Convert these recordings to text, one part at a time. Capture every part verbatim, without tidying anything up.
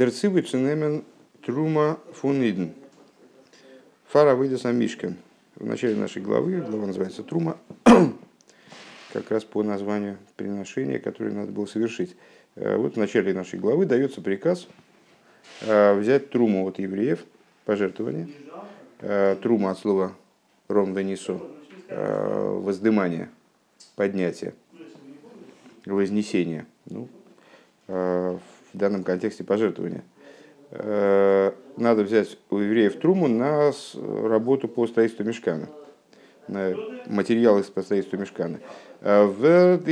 Дерцивы цунемен трума фуниден. Фара выйдет Мишкен. В начале нашей главы, глава называется Трума, как раз по названию приношения, которое надо было совершить. Вот в начале нашей главы дается приказ взять труму от евреев, пожертвование. Трума от слова ром венесо, воздымание, поднятие, вознесение. Ну, в данном контексте пожертвования. Надо взять у евреев труму на работу по строительству мишкана, на материалы по строительству мишкана. Вот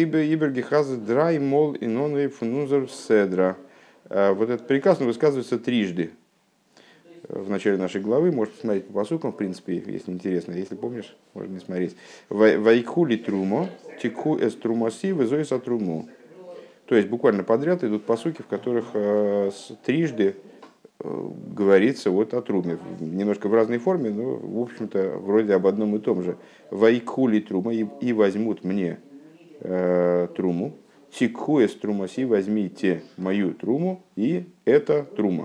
этот приказ он высказывается трижды в начале нашей главы. Можете посмотреть по посылкам, в принципе, если интересно. Если помнишь, можно не смотреть. Вайкули трумо, тику эс трумоси, везоис от труму. То есть буквально подряд идут посылки, в которых трижды говорится вот о труме. Немножко в разной форме, но, в общем-то, вроде об одном и том же. Вайкули трума, и, и возьмут мне э, труму. Тикхуэс трумаси, возьмите мою труму, и это трума.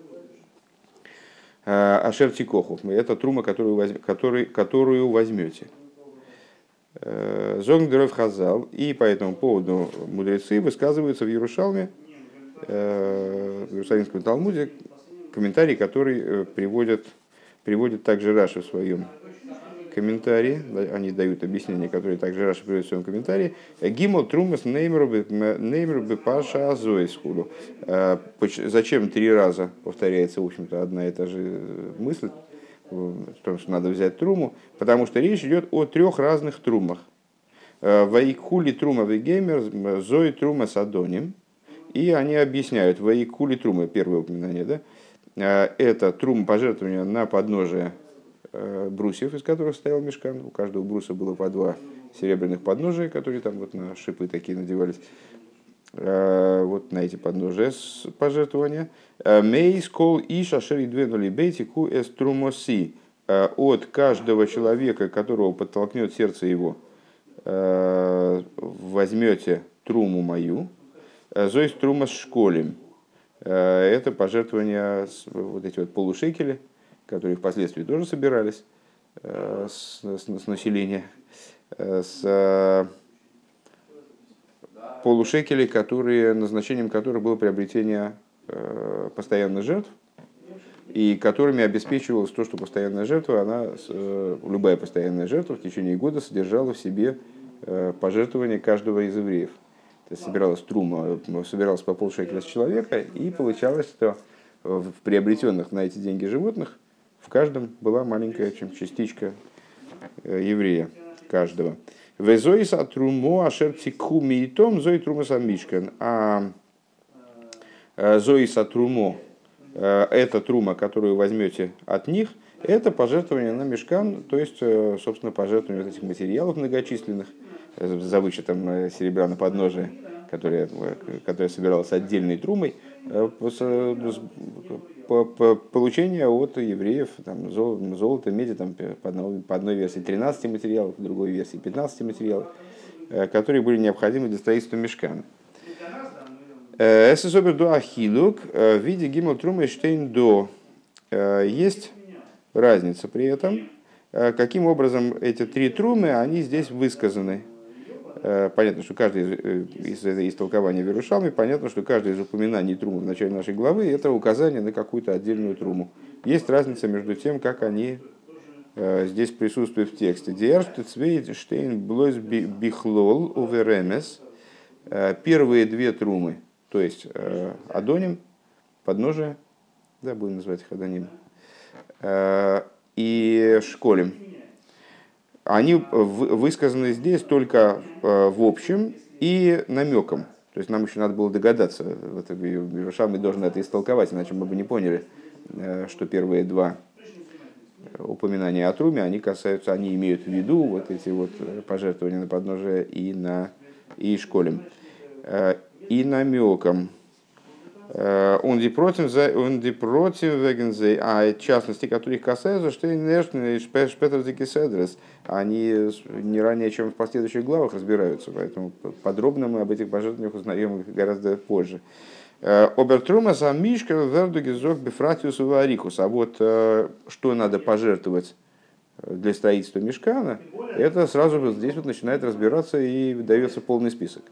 Ашер тикоху, это трума, которую, возьм, который, которую возьмете. Зонгдеров Хазал, и по этому поводу мудрецы высказываются в Иерушалме, в Иерусалимском Талмуде, комментарий, который приводит, приводит также Раши в своем комментарии. Они дают объяснение, которое также Раши приводит в своем комментарии. Гимл трумас неймер бепаша азоисхуду. Зачем три раза повторяется, в общем-то, одна и та же мысль, в том, что надо взять труму, потому что речь идет о трех разных трумах. Вайкули трума вегеймер, зои трума садоним. И они объясняют, вайкули трума, первое упоминание, да, это трума пожертвования на подножие брусьев, из которых стоял мишкан. У каждого бруса было по два серебряных подножия, которые там вот на шипы такие надевались. Вот на эти подножия пожертвования. Мейс кол и шашери двинули бейтику эс трумоси. От каждого человека, которого подтолкнет сердце его, возьмете труму мою. Зоис трума с школем. Это пожертвования, вот эти вот полушекели, которые впоследствии тоже собирались с, с, с населения, с полушекелей, которые, назначением которых было приобретение постоянных жертв, и которыми обеспечивалось то, что постоянная жертва, она, любая постоянная жертва в течение года содержала в себе пожертвование каждого из евреев. То есть собиралась трума, собиралась по полшекеля с человека, и получалось, что в приобретенных на эти деньги животных в каждом была маленькая чем частичка еврея каждого. Везоиса трумо ашерцикху миитом зои трума самишкан. А зоиса трумо, это трума, которую возьмете от них, это пожертвование на мишкан, то есть, собственно, пожертвование вот этих материалов многочисленных, за вычетом серебра на подножие, которое, которое собиралось отдельной трумой, получение от евреев там, золота, меди, там, по, одной, по одной версии тринадцать материалов, по другой версии пятнадцать материалов, которые были необходимы для строительства мишкана. Эсэсобер до ахилук в виде гимл трумы штейн до. Есть разница при этом, каким образом эти три трумы, они здесь высказаны. Понятно, что каждый из, из, из толкования в Иерушалме, понятно, что каждое из упоминаний трумы в начале нашей главы это указание на какую-то отдельную труму. Есть разница между тем, как они э, здесь присутствуют в тексте. Первые две трумы, то есть э, Адоним, подножие, да, будем называть их Адоним, э, и Школем. Они высказаны здесь только в общем и намеком. То есть нам еще надо было догадаться, Иерушалми должен это истолковать, иначе мы бы не поняли, что первые два упоминания о труме, они касаются, они имеют в виду вот эти вот пожертвования на подножие и на и школем. И намеком. Он не против, он не против вегензей, а в частности, которых касаются, что инертные шпетердикиседрес, они не ранее, чем в последующих главах разбираются, поэтому подробно мы об этих пожертвованиях узнаем гораздо позже. Обертрума за мишка вердугизок бифратиус варикус. А вот что надо пожертвовать для строительства мишкана, это сразу вот здесь вот начинает разбираться и дается полный список.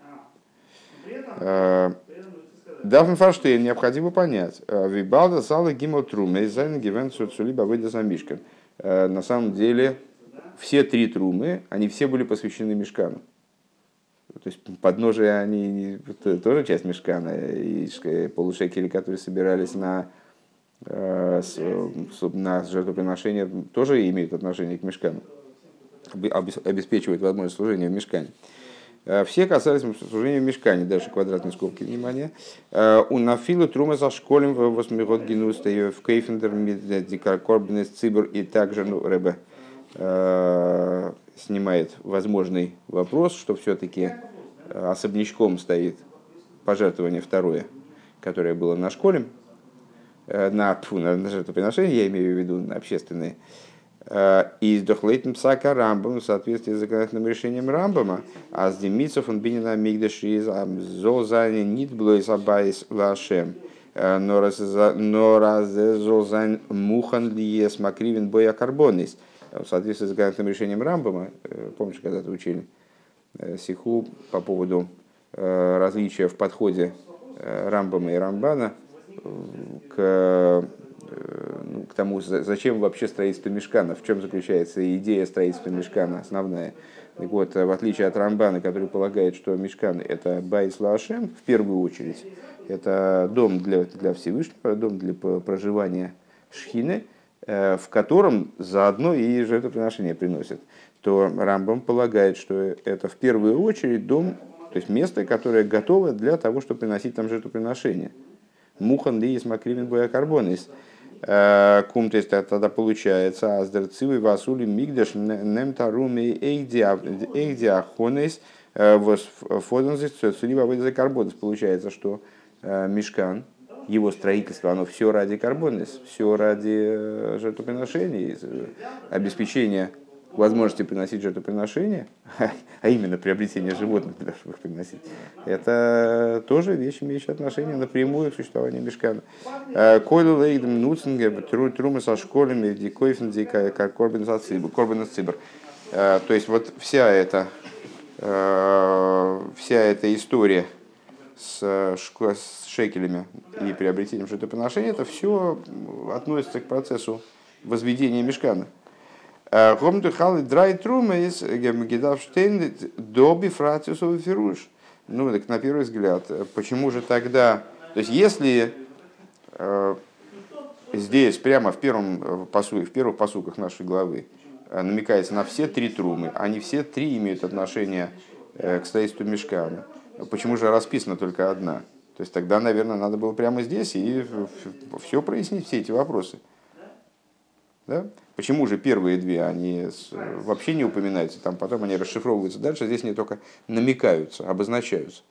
Дафн Фарштейн необходимо понять. Вибалда сала гимал трумы зайн гивен цуцулиба выйда за мишкан. На самом деле все три трумы, они все были посвящены мишкану. То есть подножие они тоже часть мишкана, и полушекели, которые собирались на, на жертвоприношение, тоже имеют отношение к мишкану, обеспечивают возможность служения в мишкане. Все касались служения в мишкане, дальше квадратные скобки, внимание. У нафилу трума за школем в восьмигод генуста в кейфендер корбнес цибр, и также ну, Ребе снимает возможный вопрос, что все-таки особнячком стоит пожертвование второе, которое было на школе, на, тьфу, на жертвоприношение, я имею в виду на общественные. И с дохлейтом псака Рамбам в соответствии с законодательным решением Рамбама, а с демицев он бинина мигдаши из золзани нит блойс абайс лашем, но раз золзань мухан лиес макривен боя карбонис. В соответствии с законодательным решением Рамбама, помнишь, когда ты учили сиху по поводу различия в подходе Рамбама и Рамбана к, ну, к тому, зачем вообще строительство мишкана, в чем заключается идея строительства мишкана основная. Так вот, в отличие от Рамбана, который полагает, что мишкан это байс лашем в первую очередь, это дом для, для Всевышнего, дом для проживания шхины, в котором заодно и жертвоприношение приносят, то Рамбам полагает, что это в первую очередь дом, то есть место, которое готово для того, чтобы приносить там жертвоприношение. Мухан ли макривен боя карбонис. Кум, то есть тогда получается аздерцивый васули мигдаш немтаруми эйдиахонес восфодензис цуцулива выйдет карбонис. Получается, что мишкан, его строительство, оно все ради карбонис, все ради жертвоприношений, обеспечения возможности приносить жертвоприношения, а именно приобретение животных для того, чтобы их приносить, это тоже вещь, имеющая отношение напрямую к существованию мишкана. Койлу лейдем нуцинге, трумы со школами, дикойфен, дикая, как корбен цибр. То есть вот вся эта, вся эта история с, с шекелями и приобретением жертвоприношения, это все относится к процессу возведения мишкана. Ну, так на первый взгляд, почему же тогда... То есть, если э, здесь, прямо в, первом посу, в первых посуках нашей главы, намекается на все три трумы, они все три имеют отношение к строительству мишкана, почему же расписана только одна? То есть, тогда, наверное, надо было прямо здесь и все прояснить, все эти вопросы. Да? Почему же первые две, они вообще не упоминаются, там потом они расшифровываются дальше, здесь они только намекаются, обозначаются.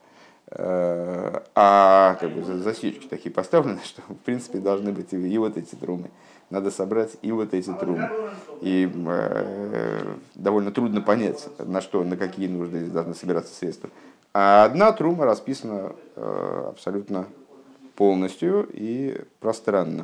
А как бы засечки такие поставлены, что в принципе должны быть и вот эти трумы. Надо собрать и вот эти трумы. И э, довольно трудно понять, на что, на какие нужды должны собираться средства. А одна трума расписана э, абсолютно полностью и пространно.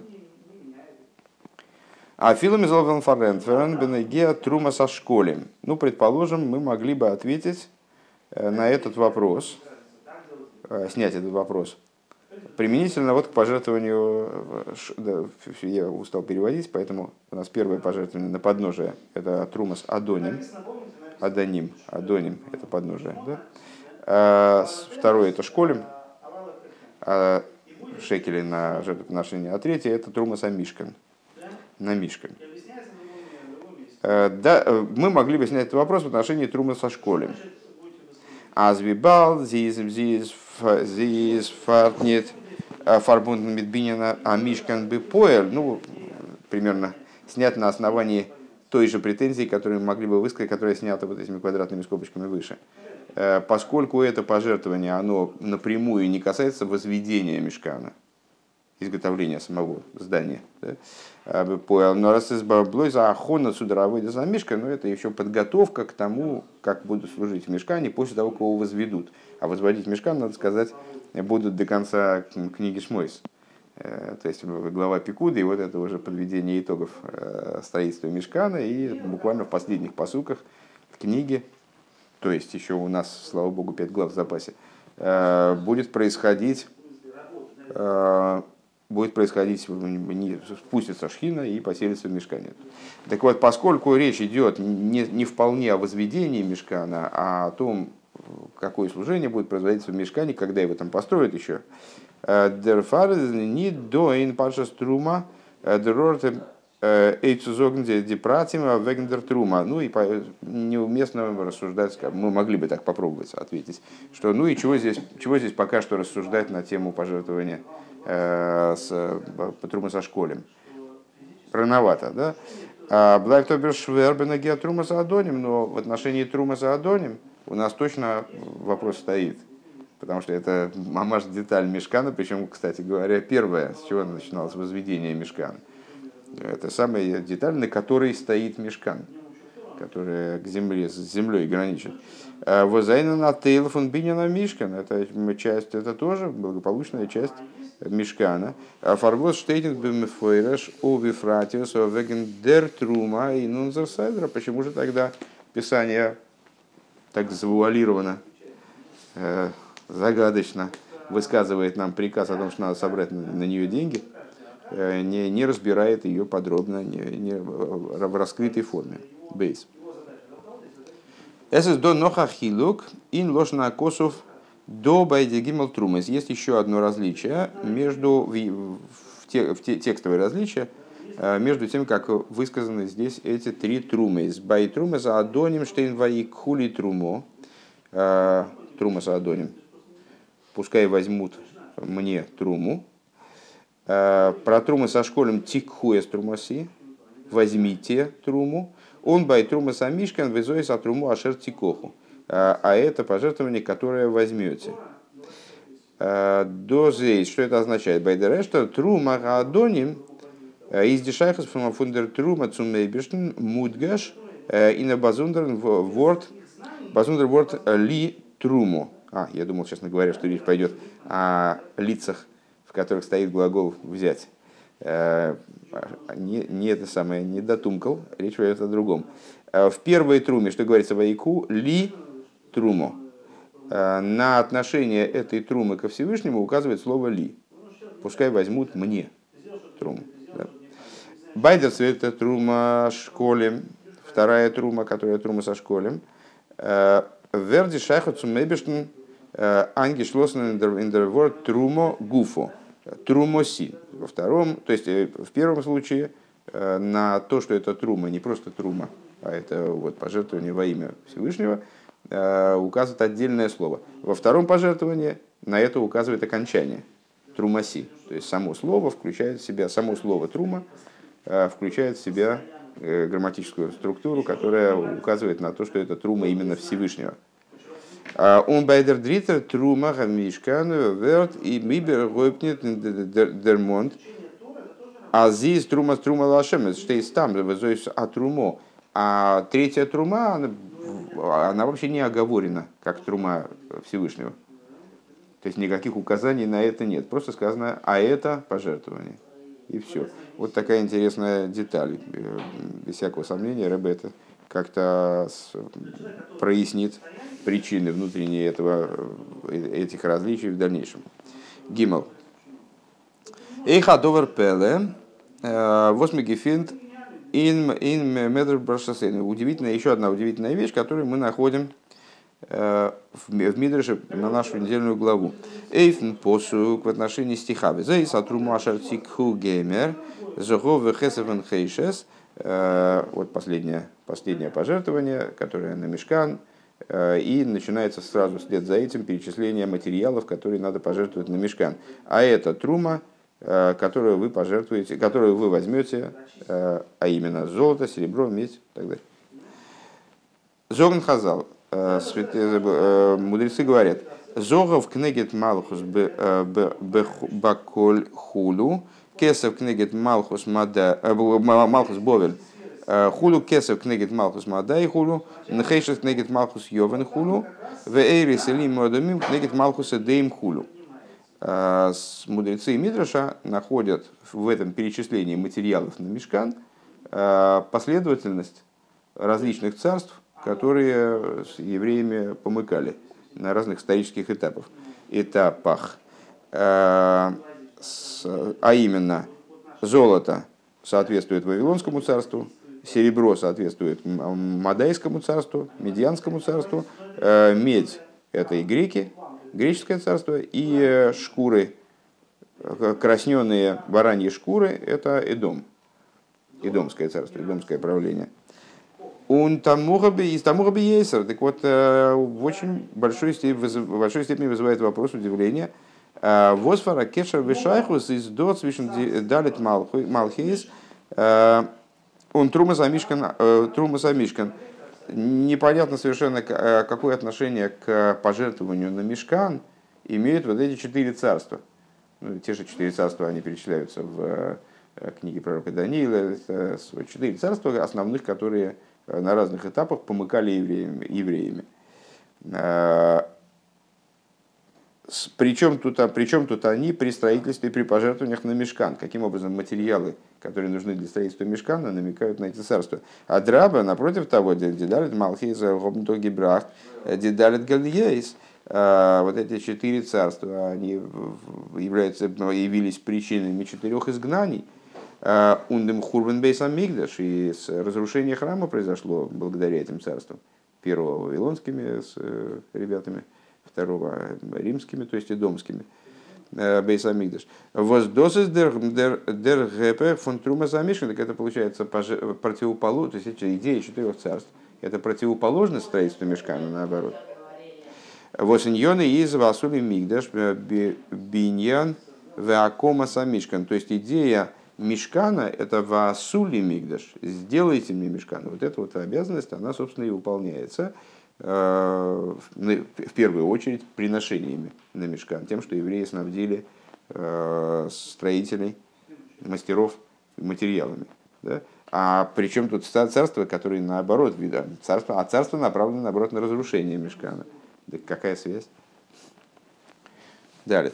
А филами золвен фарентферен бенегеа трума со школем. Ну, предположим, мы могли бы ответить на этот вопрос, снять этот вопрос, применительно вот к пожертвованию, да, я устал переводить, поэтому у нас первое пожертвование на подножие, это трумас адоним, адоним, адоним, это подножие, да? А второе это школем, а шекели на жертвоприношение, а третье это трумас амишкан. На мишкан. Да, мы могли бы снять этот вопрос в отношении трумы со школем. Азвибал, зиз, зиз, зиз, фартнет, фарбунден мидбинина, а мишкан бы поэр, ну, примерно снят на основании той же претензии, которую мы могли бы высказать, которая снята вот этими квадратными скобочками выше. Поскольку это пожертвование, оно напрямую не касается возведения мишкана, изготовления самого здания. Но раз избавлюсь за охону судоровой за мишкой, но это еще подготовка к тому, как будут служить в мишкане после того, как его возведут. А возводить мишкан, надо сказать, будут до конца книги Шмойс. То есть глава Пикуды, и вот это уже подведение итогов строительства Мишкана, и буквально в последних пасуках книги, то есть еще у нас, слава богу, пять глав в запасе, будет происходить, будет происходить, спустится Шхина и поселится в Мишкане. Так вот, поскольку речь идет не, не вполне о возведении Мишкана, а о том, какое служение будет производиться в Мишкане, когда его там построят еще, Der Fall nicht do in Parshas Truma, der Ort Эйцузогнде Депратима Вегендер Трума. Ну и неуместно рассуждать, мы могли бы так попробовать ответить, что ну и чего здесь, чего здесь пока что рассуждать на тему пожертвования э, с по Трума со школем. Рановато, да? Блайфтобершвербена Геа Трума за Адоним, но в отношении Трума за Адоним у нас точно вопрос стоит. Потому что это мамаш деталь Мишкана, причем, кстати говоря, первая, с чего начиналось возведение Мишкана. Это самая деталь, на которой стоит Мишкан, которая к земле, с землей граничит. Возайна на Тейлфон Бинина Мишкан, это часть, это тоже благополучная часть Мишкана. Фарвоз штейтинг бимфойреш о вифратиус о вегендер трума и нунзерсайдера. Почему же тогда Писание так завуалировано, загадочно высказывает нам приказ о том, что надо собрать на, на нее деньги, не, не разбирает ее подробно, не, не в раскрытой форме. Бейс. Эсэс до нохахилук ин лошна косов до байдегимал трумес. Есть еще одно различие между в, в, те, в те, текстовое различие между тем, как высказаны здесь эти три трумес. Бай трумеса адоним штейн ваик хули трумо. Трумеса адоним. Пускай возьмут мне труму. Про трумы со школем тикхуэс трумаси. Возьмите труму. Он бай трума самишкан везоис от труму ашер тикоху. А это пожертвование, которое возьмете. Дозейс, что это означает? Байдерешта трума адоним из дешайхас фундер трума цумейбештен мудгаш и на базундер ворд базундер ворд ли труму. А, я думал, честно говоря, что речь пойдет о лицах, в которых стоит глагол «взять». Не, не это самое, не дотумкал, речь пойдет о другом. В первой труме, что говорится в Айку, «ли труму». На отношение этой трумы ко Всевышнему указывает слово «ли». Пускай возьмут мне труму. Байдер это трума школем, вторая трума, которая трума со школем. Верди шайхацу мебештен ангешлосен in der word трумо гуфо. Трумоси. Во втором, то есть в первом случае на то, что это трума, не просто трума, а это вот пожертвование во имя Всевышнего, указывает отдельное слово. Во втором пожертвовании на это указывает окончание. Трумоси. То есть само слово включает в себя, само слово трума включает в себя грамматическую структуру, которая указывает на то, что это трума именно Всевышнего. Он байдер дритер трума хамишкан верт и мибер гойпнет дермонт. А здесь трума трума лашем, что есть там, а трумо. А третья трума, она, она вообще не оговорена, как трума Всевышнего. То есть никаких указаний на это нет. Просто сказано, а это пожертвование. И все. Вот такая интересная деталь. Без всякого сомнения, Ребе это как-то прояснит причины внутренние этого, этих различий в дальнейшем. Гимел. Эйха довер пеле. Восьмигефинт ин ин медр брашасейн. Удивительная, еще одна удивительная вещь, которую мы находим в Мидреше на нашу недельную главу. Эйфн посук в отношении стиха. Зей сатруму ашартикху геймер зогов вехесевен хейшес. Вот последнее, последнее пожертвование, которое на Мишкан. И начинается сразу вслед за этим перечисление материалов, которые надо пожертвовать на Мишкан. А это трума, которую вы пожертвуете, которую вы возьмете, а именно золото, серебро, медь и так далее. Зогн Хазал. Мудрецы говорят, Зогов кнегет малхус баколь хулу, кесов кнегет малхус мада, малхус бовель, хулу кесов кнегет малхус мада и хулу, нхейшет кнегет малхус йовен хулу, в эйрис или модамим кнегет малхус эдейм хулу. Мудрецы Мидраша находят в этом перечислении материалов на мишкан последовательность различных царств, которые с евреями помыкали на разных исторических этапах, этапах. А именно, золото соответствует Вавилонскому царству, серебро соответствует Мадайскому царству, Медианскому царству, медь – это и греки, греческое царство, и шкуры, красненные бараньи шкуры – это Эдом, Эдомское царство, Эдомское правление. Он тамугаби из тамугаби ейсер. Так вот, в очень большой степени, в большой степени вызывает вопрос удивления. Восфара кешер вешайхус из до свишен далит малхейс. Он трума замишкан, трума замишкан. Непонятно совершенно, какое отношение к пожертвованию на мишкан имеют вот эти четыре царства. Ну, те же четыре царства, они перечисляются в книге пророка Даниила. Это четыре царства основных, которые на разных этапах помыкали евреями. евреями. Причем тут, причем тут они при строительстве, при пожертвованиях на мишкан. Каким образом материалы, которые нужны для строительства мишкана, намекают на эти царства. А драба, напротив того, дедалит малхиза гобнто гибрахт, дедалит гальейс. Вот эти четыре царства, они являются, явились причинами четырех изгнаний. Ундем хурбен бейсам мигдаш, и разрушение храма произошло благодаря этим царствам. Первого вавилонскими с ребятами, второго римскими, то есть и домскими. Бейсам мигдаш. Воздосис дер гэпэ фон трума замешан, так это получается противоположность, то есть эти идеи четырех царств. Это противоположность строительству мишкана, наоборот. Восиньоны из васули мигдаш биньян веакома самишкан, то есть идея мишкана — это ваасули мигдаш, сделайте мне мишкан. Вот эта вот обязанность, она, собственно, и выполняется в первую очередь приношениями на мишкан, тем, что евреи снабдили строителей, мастеров материалами. Да? А причем тут царство, которое наоборот, царство, а царство направлено, наоборот, на разрушение мишкана. Да какая связь? Далее.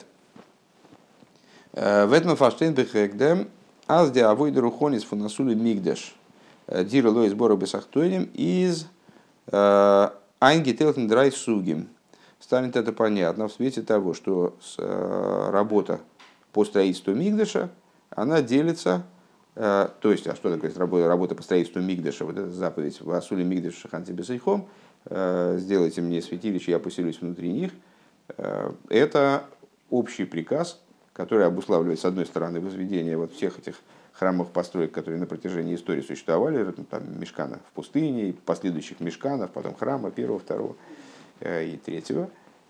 В этом фаштейн бехэгдэм аз де авой дерухонис фунасули мигдаш дира лой сбора бесахтойнем из ангителтен драй сугим. Станет это понятно в свете того, что работа по строительству мигдаша, она делится, то есть, а что такое работа, работа по строительству мигдаша, вот эта заповедь в асуле мигдаш шаханти бесайхом, сделайте мне святилище, я поселюсь внутри них, это общий приказ, который обуславливает, с одной стороны, возведение вот всех этих храмовых построек, которые на протяжении истории существовали, там, мишкана в пустыне, последующих мишканов, потом храма первого, второго и третьего.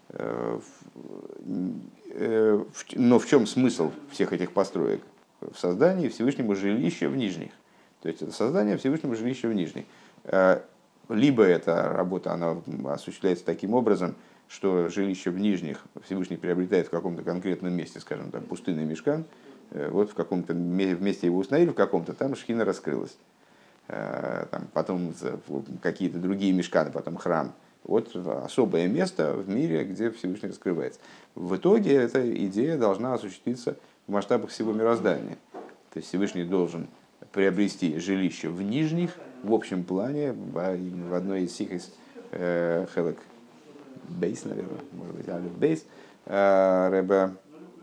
Но в чем смысл всех этих построек? В создании Всевышнего жилища в нижних. То есть это создание Всевышнего жилища в нижних. Либо эта работа она осуществляется таким образом, что жилище в нижних Всевышний приобретает в каком-то конкретном месте, скажем, там пустынный мишкан, вот в каком-то месте его установили, в каком-то там шхина раскрылась. Там, потом какие-то другие мишканы, потом храм. Вот особое место в мире, где Всевышний раскрывается. В итоге эта идея должна осуществиться в масштабах всего мироздания. То есть Всевышний должен приобрести жилище в нижних, в общем плане, в одной из сих из хелек бейс, наверное, может быть, алиф бейс, Рэбе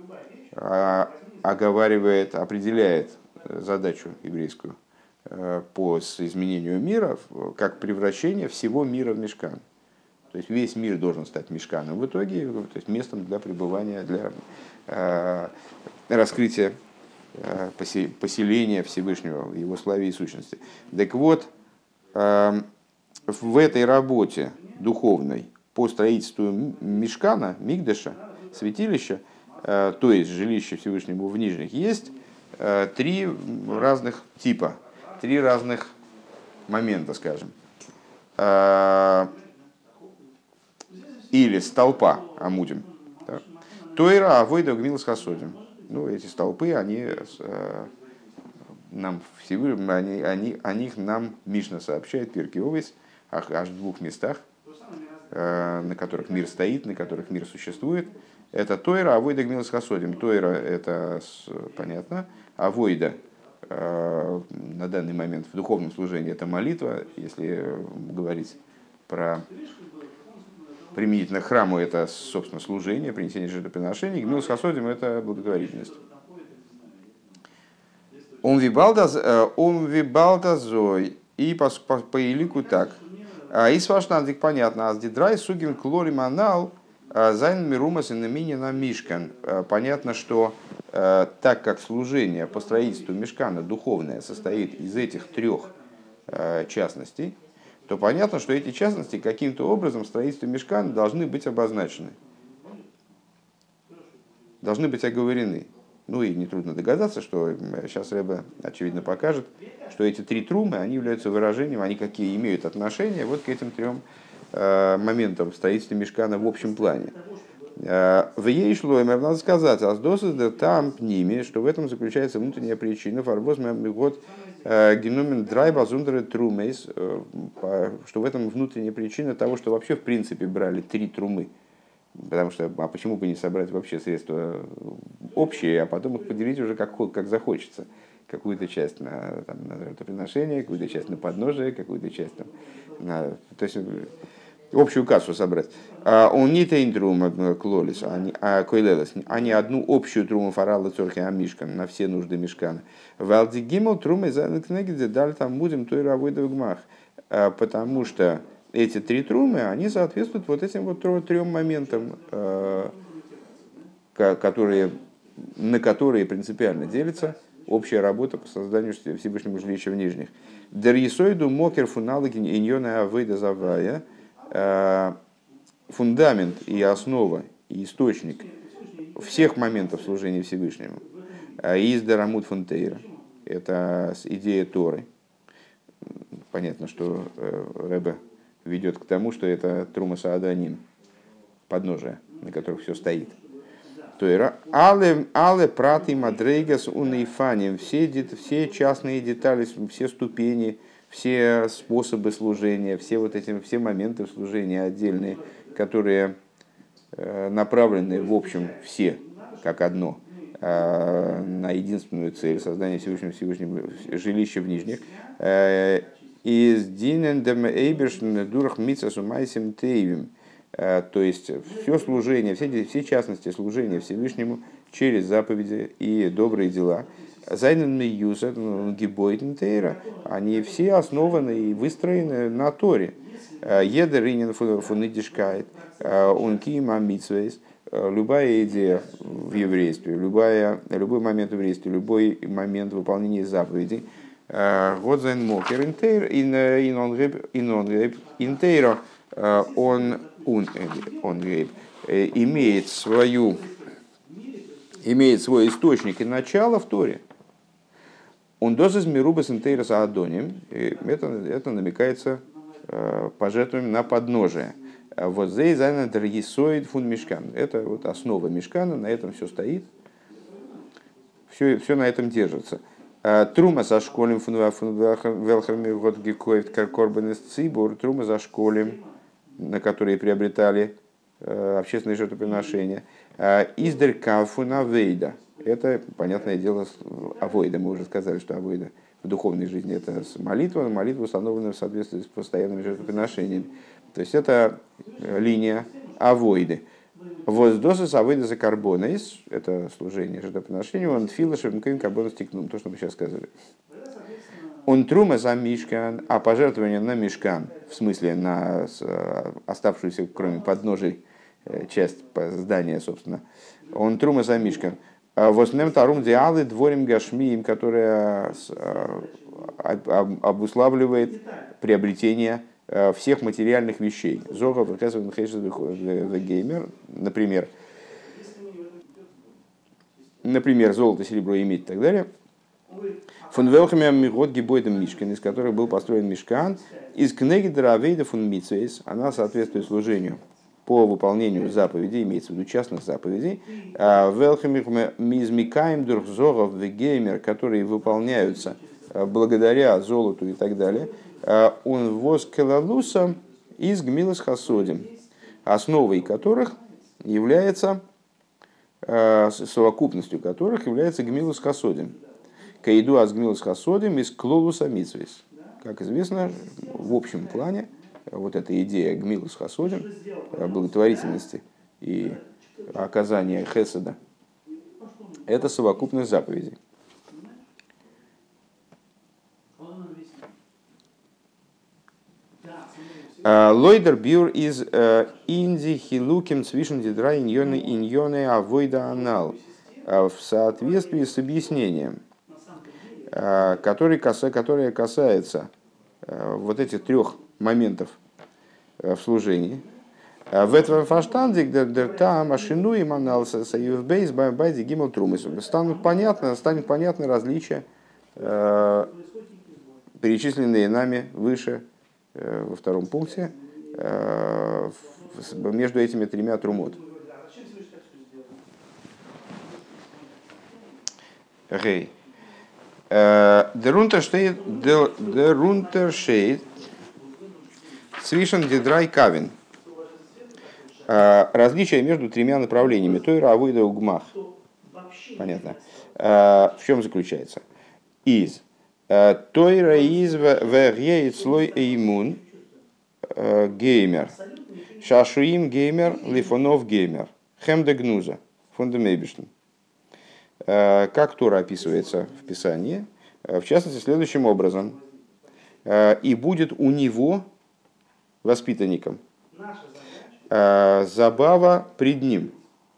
оговаривает, определяет задачу еврейскую по изменению мира как превращение всего мира в мишкан. То есть весь мир должен стать мишканом в итоге, то есть местом для пребывания, для э, раскрытия э, поселения Всевышнего, его славе и сущности. Так вот, э, в этой работе духовной по строительству мишкана, мигдаша, святилища, э, то есть жилища Всевышнего в нижних, есть э, три разных типа, три разных момента, скажем. Э, Или столпа амудим. Тойра авойда гмилс хасодим. Ну, эти столпы, они э, нам Всевышний, они, они, о них нам Мишна сообщает, Пиркей Овес, аж в двух местах, э, на которых мир стоит, на которых мир существует. это Тойра, авойда гмилас хасодим. Тойра это понятно, авойда на данный момент в духовном служении это молитва, если говорить про применительно к храму, это, собственно, служение, принесение жертвоприношений, гмилас хасодим это благотворительность. Он вибалдазой и по, по, по илику так. И с вашнадик понятно, а с дидрай сугим клори манал зайн мирумас и намини на мишкан. Понятно, что так как служение по строительству мишкана духовное состоит из этих трех частностей, то понятно, что эти частности каким-то образом в строительстве мишкана должны быть обозначены, должны быть оговорены. Ну и нетрудно догадаться, что сейчас Ребе, очевидно, покажет, что эти три трумы, они являются выражением, они какие имеют отношение вот к этим трем э, моментам строительства мишкана в общем плане. В ей шло, им надо сказать, аздосы там ними, что в этом заключается внутренняя причина, фарбоз год геномен драйба зундеры трумейс, что в этом внутренняя причина того, что вообще в принципе брали три трумы. Потому что, а почему бы не собрать вообще средства общие, а потом их поделить уже как, как захочется. Какую-то часть на, там, на жертвоприношение, какую-то часть на подножие, какую-то часть там, на, то есть общую кассу собрать. Он не тейнтрум клолис, а койлелес, а не одну общую труму фарала цорхи амишкан на все нужды мишкана. Валди гимл трумы за книгде дали там будем той равойдов гмах. Потому что эти три трумы, они соответствуют вот этим вот трем моментам, которые, на которые принципиально делится общая работа по созданию Всевышнего жилища в нижних. Дерьесойду мокер фуналоги иньона авейда завая. Фундамент и основа, и источник всех моментов служения Всевышнему. Из Дарамут Фунтейра. Это идея Торы. Понятно, что Ребе ведет к тому, что это Трума Сааданим, подножие, на которых все стоит. Тойра. Але, але праты мадрейгас унейфаним. Все, все частные детали, все ступени, все способы служения, все вот эти все моменты служения отдельные, которые направлены, в общем, все, как одно, на единственную цель создания Всевышнего, Всевышнего жилища в нижних. Из динендем эйбершн дурах митсасу майсим тейвим. То есть все служение, все, все частности служения Всевышнему через заповеди и добрые дела. Зайнен юзер, гибойтен тейра, они все основаны и выстроены на Торе. Едер инин фунидишкайт, он кима митсвейс. Любая идея в еврействе, любая, любой момент в еврействе, любой момент выполнения заповедей. Вот зайн мокер интейр, интейра, он имеет свою, имеет свой источник и начало в Торе. Он дозис мирубас интейрас аадоним, это, это намекается пожертвованием на подножие. Вот здесь зайна дорогисоид фун мишкан. Это вот основа мишкана, на этом все стоит, все, все на этом держится. Трума за школем фун велхами вот гекоев каркорбанес цибур, трума за школем, на которые приобретали общественные жертвоприношения. Издер кафуна вейда. Это, понятное дело, авойда. Мы уже сказали, что авойда в духовной жизни это молитва, молитва установлена в соответствии с постоянными жертвоприношениями. То есть это линия авойды. Воздосы авойда за карбонейс, это служение жертвоприношению, он филошем карбонес тикнум, то, что мы сейчас сказали. Он трума за мишкан, а пожертвование на мишкан, в смысле на оставшуюся, кроме подножий, часть здания, собственно. Он трума за мишкан. Воснем тарум диалы дворим гашмиим, которая обуславливает приобретение всех материальных вещей. Зога, геймер, например, например, золото, серебро, и медь и так далее. Фон велхами мигот гибойдем мишкан, из которых был построен мишкан, из книги дравейда фон митсвейс, она соответствует служению по выполнению заповедей, имеется в виду частных заповедей, велхами мизмикаем дурхзоров вегеймер, которые выполняются благодаря золоту и так далее. Он воз келалуса из гмилас хасодим, основой которых является совокупностью которых является гмилус хасодим. Каиду аз гмилус хасодим из клолуса митсвис. Как известно, в общем плане, вот эта идея гмилус хасодим, благотворительности и оказания хеседа, это совокупность заповедей. Лойдер бюр из инди хилуким цвишен дидра иньоны иньоны авойда анал. В соответствии с объяснением, который каса, которое касается вот этих трех моментов в служении. В этом фаштандик дерта машину и манался союз бейс байди гимл трумис. Станут понятно, станет понятно различия, перечисленные нами выше во втором пункте, между этими тремя трумот. Гей. Der Unterschied zwischen die drei Kavin. Различие между тремя направлениями. Тойра, авойда, угмах. Понятно. В чем заключается? Из. Тойра из вегеет слой эймун геймер. Шашуим геймер, лифонов геймер. Хемде гнуза. Фундамейбишн. Как Тора описывается в Писании, в частности, следующим образом. И будет у него, воспитанником, забава пред ним,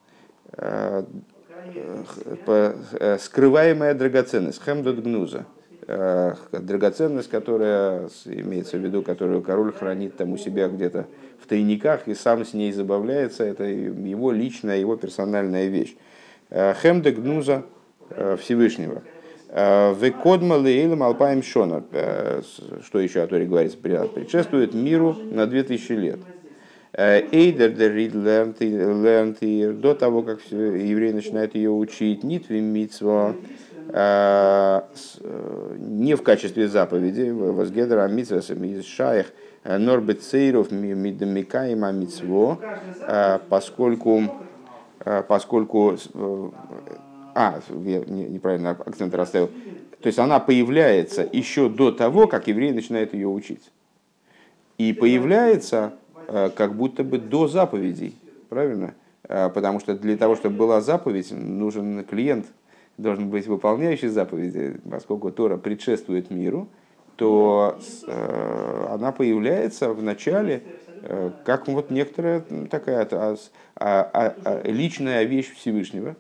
скрываемая драгоценность, хемдот гнуза, драгоценность, которая имеется в виду, которую король хранит там у себя где-то в тайниках и сам с ней забавляется, это его личная, его персональная вещь. Хемде гнуза Всевышнего. Векодма лейлем алпаем шона. Что еще о Торе говорится? Предшествует миру на две тысячи лет. Эйдер дер рид лернт до того, как евреи начинают ее учить, нитви митцва, не в качестве заповеди, возгедра митцвасами из шаях, норбет сейров мидамикаима митцво, поскольку поскольку А, я неправильно акцент расставил. То есть она появляется еще до того, как евреи начинают ее учить. И появляется как будто бы до заповедей. Правильно? Потому что для того, чтобы была заповедь, нужен клиент, должен быть выполняющий заповеди. Поскольку Тора предшествует миру, то она появляется в начале как вот некоторая такая личная вещь Всевышнего,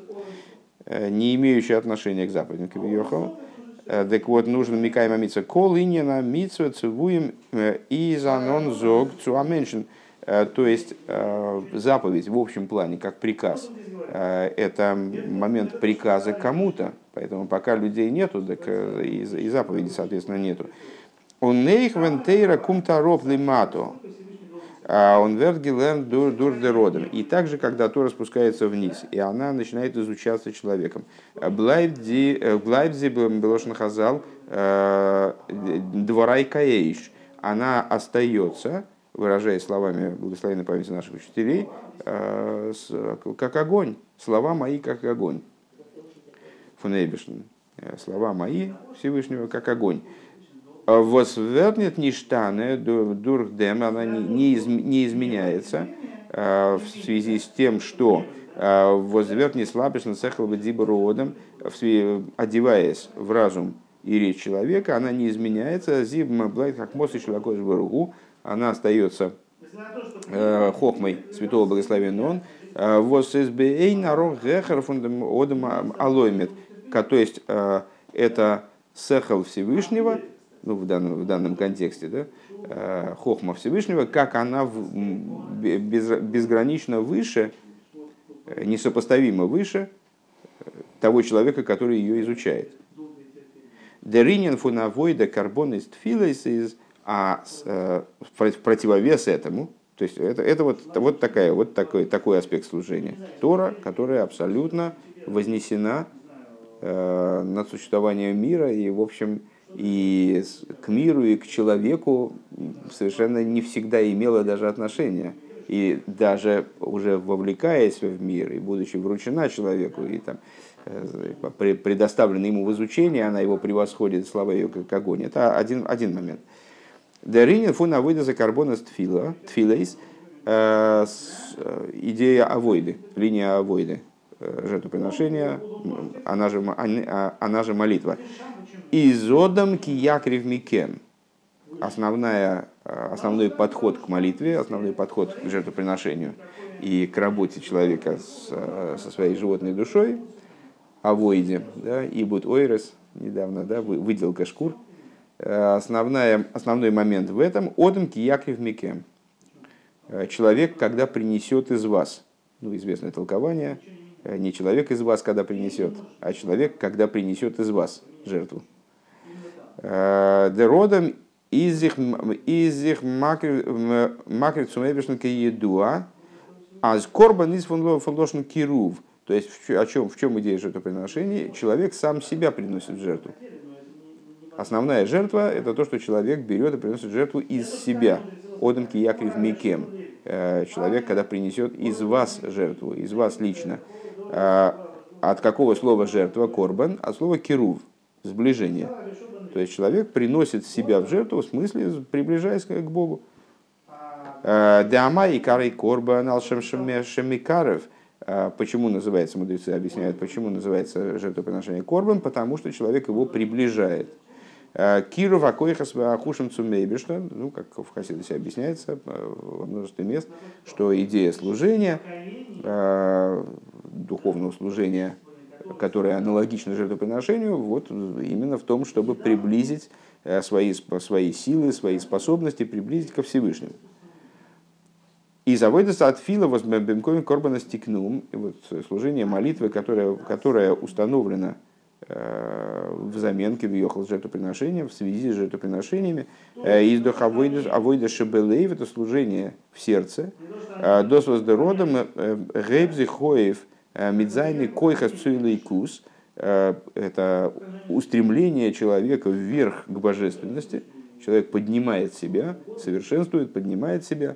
не имеющая отношения к заповедям Кавиохал. Так вот, нужно микаема митцва кол иньяна митцва цивуем и занон зог цуаменшин. То есть заповедь в общем плане, как приказ, это момент приказа кому-то, поэтому пока людей нету, так и заповеди, соответственно, нету. Он нейх вентейра кумта роб лимато. Он вергилен дур деродом. И также, когда Тора спускается вниз, и она начинает изучаться человеком. Блайбди белошн хазал дворай каэйш. Она остается, выражаясь словами благословенной памяти наших учителей, как огонь. Слова мои, как огонь. Фунейбишн. Слова мои Всевышнего, как огонь. Восвернет ништаны дурхдем, она не, из, не изменяется в связи с тем, что возвернет слабишн сехал бедибородом, одеваясь в разум и речь человека, она не изменяется. Зибма блайт как мост и шелакош баругу, она остается хохмой святого благословенного он. Восэсбэй нарог гехар фундам одам алоймет, то есть это сехал Всевышнего. Ну, в, данном, в данном контексте, да, хохма Всевышнего, как она без, безгранично выше, несопоставимо выше того человека, который ее изучает. Деринин фунавойда карбон из тфилес из, а в противовес этому, то есть это, это вот, вот, такая, вот такой, такой аспект служения. Тора, которая абсолютно вознесена э, над существованием мира и, в общем, и к миру, и к человеку совершенно не всегда имела даже отношения. И даже уже вовлекаясь в мир, и будучи вручена человеку, и там, предоставлена ему в изучение, она его превосходит, слава ее как огонь. Это один, один момент. Деринин фун авойда за карбона тфила, тфилейс, идея авойды, линия авойды, жертвоприношения, она же, она же молитва. Изодам киякрив микен. Основная, основной подход к молитве, основной подход к жертвоприношению и к работе человека с, со своей животной душой, авойде, да, и будет ойрес, недавно, да, выделка шкур. Основная, основной момент в этом — одам киякрив микем. Человек, когда принесет из вас, ну, известное толкование, не человек из вас, когда принесет, а человек, когда принесет из вас жертву. Деродам изих макрит сумебешнка едуа, а с корбан из фондошн кирув. То есть в чем, в чем идея жертвоприношения? Человек сам себя приносит в жертву. Основная жертва — это то, что человек берет и приносит жертву из себя. Одам киякрив микем. Человек, когда принесет из вас жертву, из вас лично. От какого слова жертва? Корбан, от слова кирув, сближение. То есть человек приносит себя в жертву, в смысле приближаясь к Богу. Деама и карой корбан алшемшемикарев. Почему называется, мудрецы объясняют, почему называется жертвоприношение корбан? Потому что человек его приближает. Киров акойхас ахушем цумейбишна, ну, как в Хасидусе объясняется во множестве мест, что идея служения, духовного служения, которое аналогично жертвоприношению, вот именно в том, чтобы приблизить свои, свои силы, свои способности, приблизить ко Всевышнему. И заводится от фила возбемкоми корбана стикнум, вот служение молитвы, которое, которое установлено взамен кивьехал с жертвоприношением, в связи с жертвоприношениями, из авойда шебелеев, это служение в сердце, дос воздородом гейбзи хоев мидзайны койхас цуилейкус, это устремление человека вверх к божественности. Человек поднимает себя, совершенствует, поднимает себя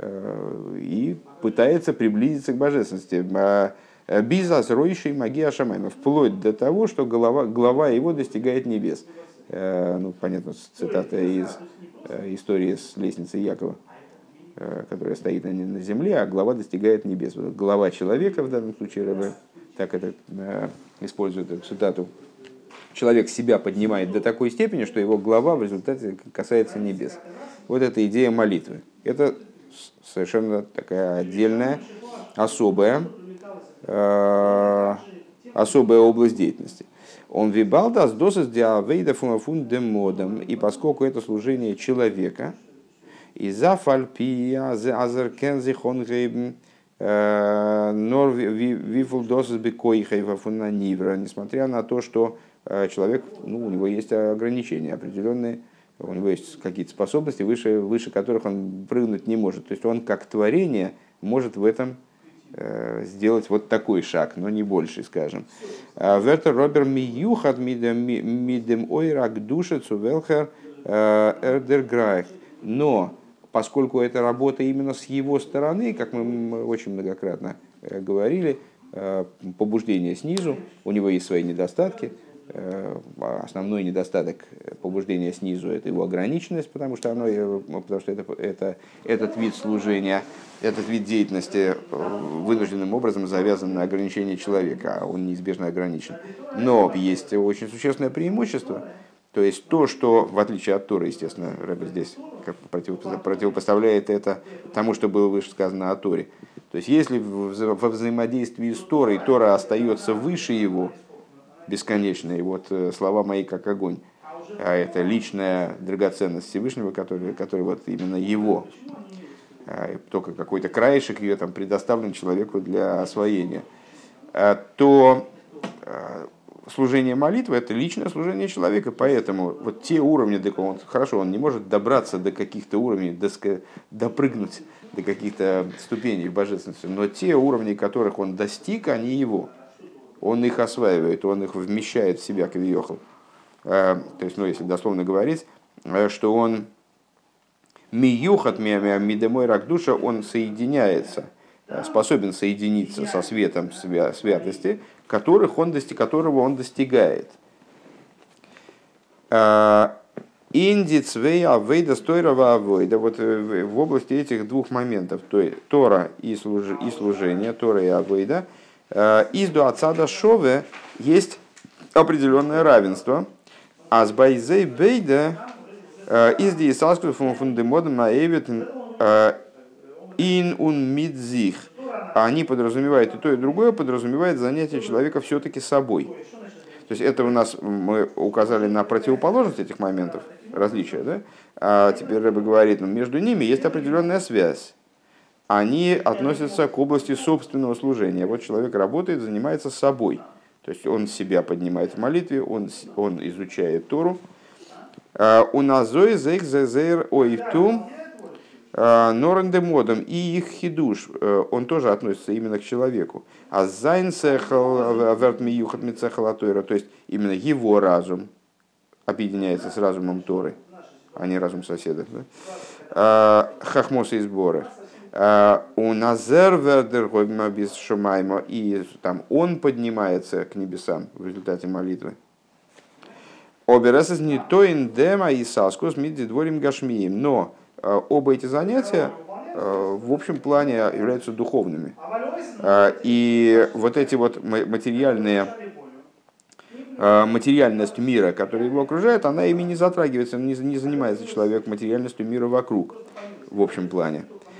и пытается приблизиться к божественности. Бизнес ройшей магия шамайма, вплоть до того, что голова, глава его достигает небес. Ну, понятно, цитата из истории с лестницей Якова, которая стоит на земле, а глава достигает небес. Глава человека, в данном случае Ребе так это использует эту цитату. Человек себя поднимает до такой степени, что его глава в результате касается небес. Вот эта идея молитвы. Это совершенно такая отдельная, особая, особая область деятельности. Он вибалдас досыс диавейда фундемодом, и поскольку это служение человека, и за фальпия азеркензи хонгейбен нор вифул досыс бекоихайва фунанивра, несмотря на то, что человек, ну, у него есть ограничения определенные, у него есть какие-то способности, выше, выше которых он прыгнуть не может. То есть он как творение может в этом сделать вот такой шаг, но не больше, скажем. Вертер Робер Миюхат мидем ойрак душа цувелхер эрдерграйх. Но поскольку это работа именно с его стороны, как мы очень многократно говорили, побуждение снизу, у него есть свои недостатки. Основной недостаток побуждения снизу — это его ограниченность, потому что, оно, потому что это, это, этот вид служения, этот вид деятельности вынужденным образом завязан на ограничение человека, а он неизбежно ограничен. Но есть очень существенное преимущество, то есть то, что, в отличие от Торы, естественно, Ребе здесь как противопоставляет это тому, что было выше сказано о Торе. То есть если во взаимодействии с Торой Тора остается выше его, бесконечные, вот слова мои как огонь, а это личная драгоценность Всевышнего, который, который вот именно его, только какой-то краешек ее там предоставлен человеку для освоения, то служение молитвы — это личное служение человека, поэтому вот те уровни, он, хорошо, он не может добраться до каких-то уровней, допрыгнуть до каких-то ступеней в божественности, но те уровни, которых он достиг, они его. Он их осваивает, он их вмещает в себя, кавиохал. То есть, ну, если дословно говорить, что он Миюхат мидемой рак душа, он соединяется, способен соединиться со светом святости, которых он, которого он достигает. Инди цвей авейда стойрова авойда. Вот в области этих двух моментов, то есть Тора и служение, Тора и авейда, изду отсада шове есть определенное равенство. А с байзей бейда изди исаску фундемодом аэвит ин ун мидзих. Они подразумевают и то, и другое подразумевает занятие человека все-таки собой. То есть это у нас, мы указали на противоположность этих моментов, различия, да? А теперь Рэбе говорит, ну, между ними есть определенная связь. Они относятся к области собственного служения. Вот человек работает, занимается собой. То есть он себя поднимает в молитве, он, он изучает Тору. У назои зейх зезер оивтум норендемодом, и их хидуш, он тоже относится именно к человеку. А зайн цехал вертмиюхат мицехал атойра, то есть именно его разум объединяется с разумом Торы, а не разум соседа. Да? Хахмосы и сборы. У назер вердер без шумайма, и там он поднимается к небесам в результате молитвы. Обересес не то индема и саскус мидди дворим гашмием, но оба эти занятия в общем плане являются духовными. И вот эти вот материальные, материальность мира, которая его окружает, она ими не затрагивается, не занимается человек материальностью мира вокруг, в общем плане.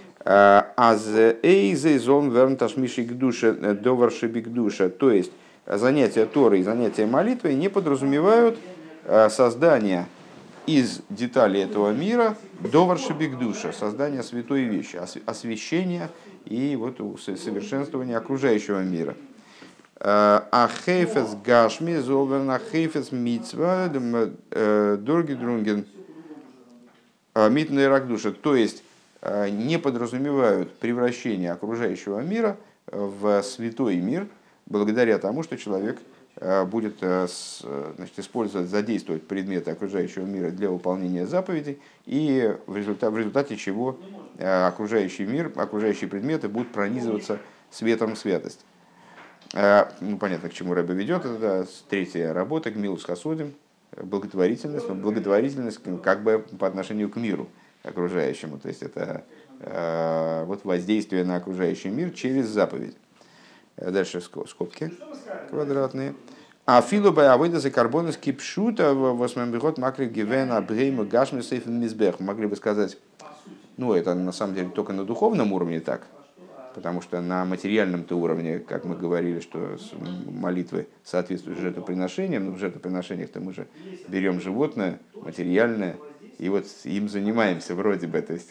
Аз эйзе зон вернташмиши к душе доваршиби к душе, то есть занятия Торы и занятия молитвой не подразумевают создание из деталей этого мира до варшибик душа, создание святой вещи, освящение и вот совершенствование окружающего мира. А хейфес гашми золверна хейфес митцва дорги друнген митный рак душа, то есть не подразумевают превращение окружающего мира в святой мир благодаря тому, что человек будет, значит, использовать, задействовать предметы окружающего мира для выполнения заповедей, и в результате, в результате чего окружающий мир, окружающие предметы будут пронизываться светом святости. Ну, понятно, к чему Рэбе ведет. Это третья работа, гмилус хасодим, благотворительность, но благотворительность как бы по отношению к миру окружающему. То есть это вот воздействие на окружающий мир через заповедь. Дальше скобки квадратные. А филу байавойда за карбоны скипшута восьмой макрив гивена брейма гашми сейф мизбех. Могли бы сказать, ну это на самом деле только на духовном уровне так, потому что на материальном-то уровне, как мы говорили, что молитвы соответствуют жертвоприношениям, но в жертвоприношениях-то мы же берем животное, материальное, и вот им занимаемся вроде бы. То есть,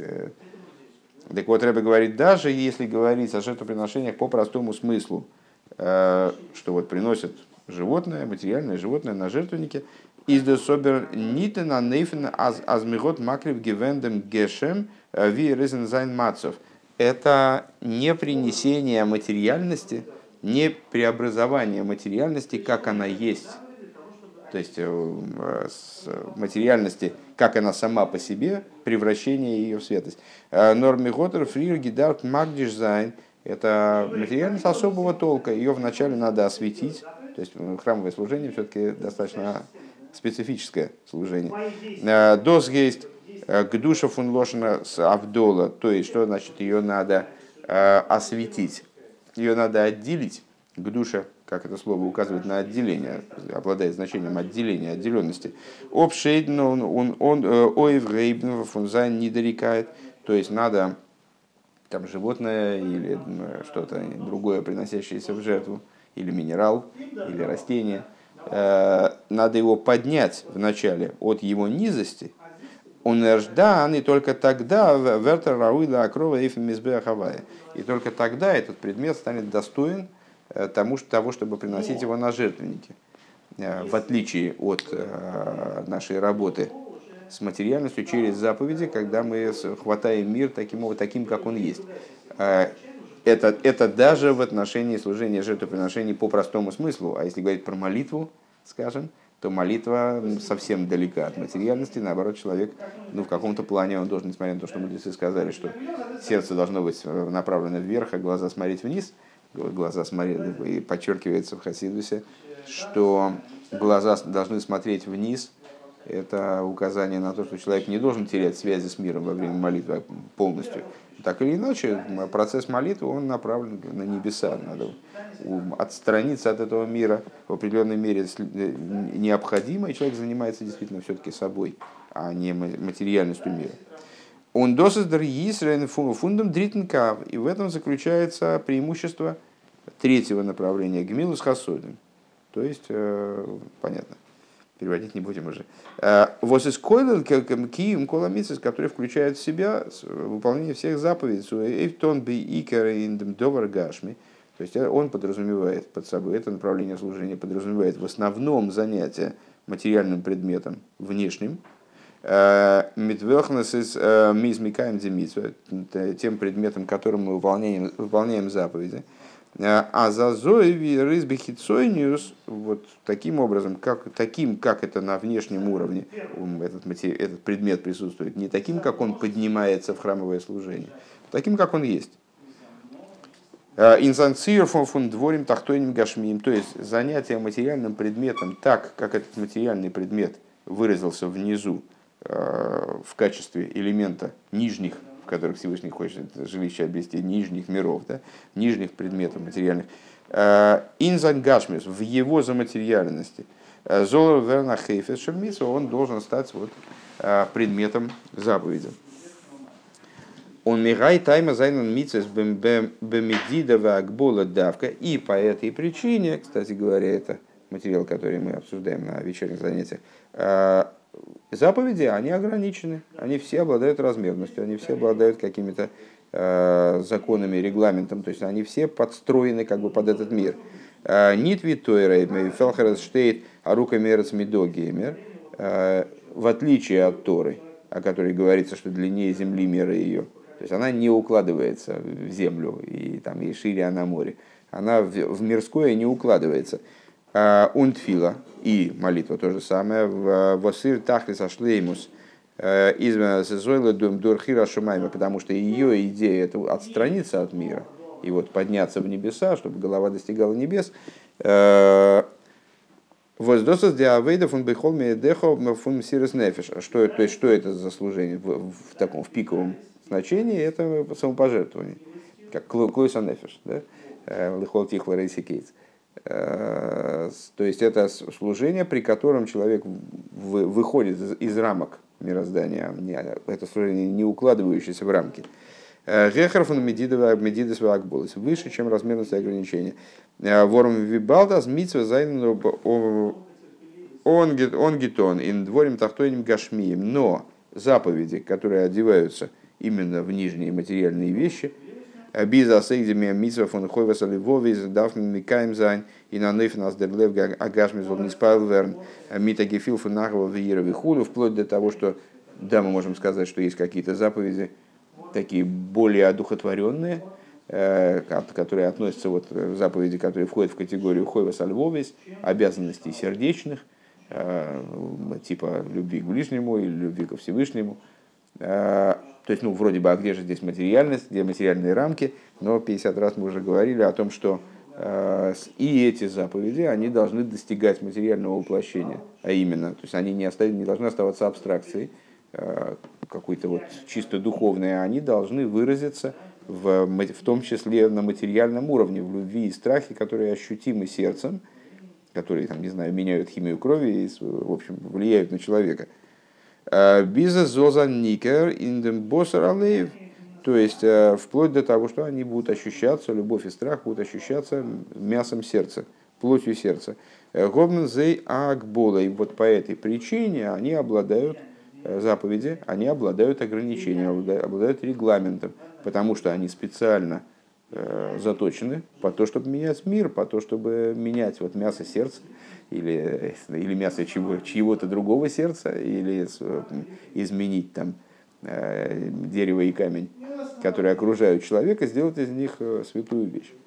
так вот, Рэбе говорит, даже если говорить о жертвоприношениях по простому смыслу, что вот приносят животное, материальное животное на жертвеннике, из десобер нитен а нейфен азмигот макрив гивендем гешем ви резен зайн мацов. Это не принесение материальности, не преобразование материальности, как она есть. То есть материальности, как она сама по себе, превращение ее в святость. Норми готер фрир гидарт магдиш зайн. Это материальность особого толка. Ее вначале надо осветить. То есть храмовое служение все-таки достаточно специфическое служение. Дос есть к душе фун лошена с авдола. То есть, что значит, ее надо осветить. Ее надо отделить. К душе, как это слово указывает на отделение, обладает значением отделения, отделенности. Обшейден он ойврейбн фунзайн не дорекает. То есть надо там животное или что-то другое, приносящееся в жертву, или минерал, или растение. Надо его поднять вначале от его низости. Он ждан, и только тогда вертер рауида акрова эфемизбе ахавая. И только тогда этот предмет станет достоин тому, того, чтобы приносить его на жертвенники. В отличие от нашей работы с материальностью через заповеди, когда мы хватаем мир таким, таким как он есть. Это, это даже в отношении служения жертвоприношений по простому смыслу. А если говорить про молитву, скажем, то молитва совсем далека от материальности. Наоборот, человек, ну, в каком-то плане он должен, несмотря на то, что мудрецы сказали, что сердце должно быть направлено вверх, а глаза смотреть вниз, глаза смотреть, и подчеркивается в Хасидусе, что глаза должны смотреть вниз. Это указание на то, что человек не должен терять связи с миром во время молитвы полностью. Так или иначе, процесс молитвы, он направлен на небеса. Надо отстраниться от этого мира в определенной мере необходимо, и человек занимается действительно все-таки собой, а не материальностью мира. Он досыздар Йисраэль фундам дритнкав, и в этом заключается преимущество третьего направления, гмилус хасодим. То есть, понятно. Переводить не будем уже. Вот из койлен киим коламицис, который включает в себя выполнение всех заповедей. Эйфтон би икер индем довар гашми. То есть он подразумевает под собой, это направление служения подразумевает в основном занятие материальным предметом внешним. Митвехнес из мизмикаем демитсва, тем предметом, которым мы выполняем, выполняем заповеди. А за зоеви рызбихицойниус, вот таким образом, как, таким, как это на внешнем уровне этот, этот предмет присутствует, не таким, как он поднимается в храмовое служение, таким, как он есть. Инсанциер фон дворим тахтойним гашмием, то есть занятие материальным предметом так, как этот материальный предмет выразился внизу в качестве элемента нижних, в которых Всевышний хочет жилище обрести, нижних миров, да, нижних предметов материальных. Инзан гашмис, в его заматериальности. Золор верна хейфес шельмису, он должен стать вот предметом заповеди. Он мигай тайма зайнан мицес бемедидова акбола давка. И по этой причине, кстати говоря, это материал, который мы обсуждаем на вечерних занятиях, заповеди, они ограничены, они все обладают размерностью, они все обладают какими-то э, законами, регламентом, то есть они все подстроены как бы под этот мир. Нитви тойрей, фелхерес штейт, арука мерец медогеймер, в отличие от Торы, о которой говорится, что длиннее земли мера ее, то есть она не укладывается в землю, и, там, и шире она море, она в, в мирское не укладывается. Унтфила и молитва то же самое. Восир тахлис ашлеймус из сезойла дурхира шумайма, потому что ее идея это отстраниться от мира и вот подняться в небеса, чтобы голова достигала небес. Воздосас диавейда фун бейхолме дехо фун сирис нефиш. Что, то есть что это за служение в, в таком в пиковом значении? Это самопожертвование, как клойса нефиш, да? Лихол тихла рейси кейтс. То есть это служение, при котором человек выходит из рамок мироздания, это служение, не укладывающееся в рамки. Гехарфон медидес вакболис, выше, чем размерность ограничения. Ворм вибалдас митсва зайн он гитон ин дворим тахтойним гашмием. Но заповеди, которые одеваются именно в нижние материальные вещи, Биза сейдеми митсва фон хойваса ливовиз дафн микаем зайн и на неф нас дерлев агашмизол не спайлверн митагефил фон нахова виирови худу, вплоть до того, что да, мы можем сказать, что есть какие-то заповеди такие более одухотворенные, которые относятся вот заповеди, которые входят в категорию хойваса ливовиз, обязанностей сердечных, типа любви к ближнему или любви ко Всевышнему. То есть, ну, вроде бы, а где же здесь материальность, где материальные рамки, но пятьдесят раз мы уже говорили о том, что э, и эти заповеди, они должны достигать материального воплощения, а именно, то есть они не, остав... не должны оставаться абстракцией, э, какой-то вот чисто духовной, а они должны выразиться в, в том числе на материальном уровне, в любви и страхе, которые ощутимы сердцем, которые, там, не знаю, меняют химию крови и, в общем, влияют на человека. Бизнес зозан никер индем боссер алеев, то есть вплоть до того, что они будут ощущаться, любовь и страх будут ощущаться мясом сердца, плотью сердца. Гобмен зей акбола, и вот по этой причине они обладают заповеди, они обладают ограничением, обладают регламентом, потому что они специально заточены по то, чтобы менять мир, по то, чтобы менять вот мясо сердца, или, или мясо чего, чьего-то другого сердца, или изменить там дерево и камень, которые окружают человека, сделать из них святую вещь.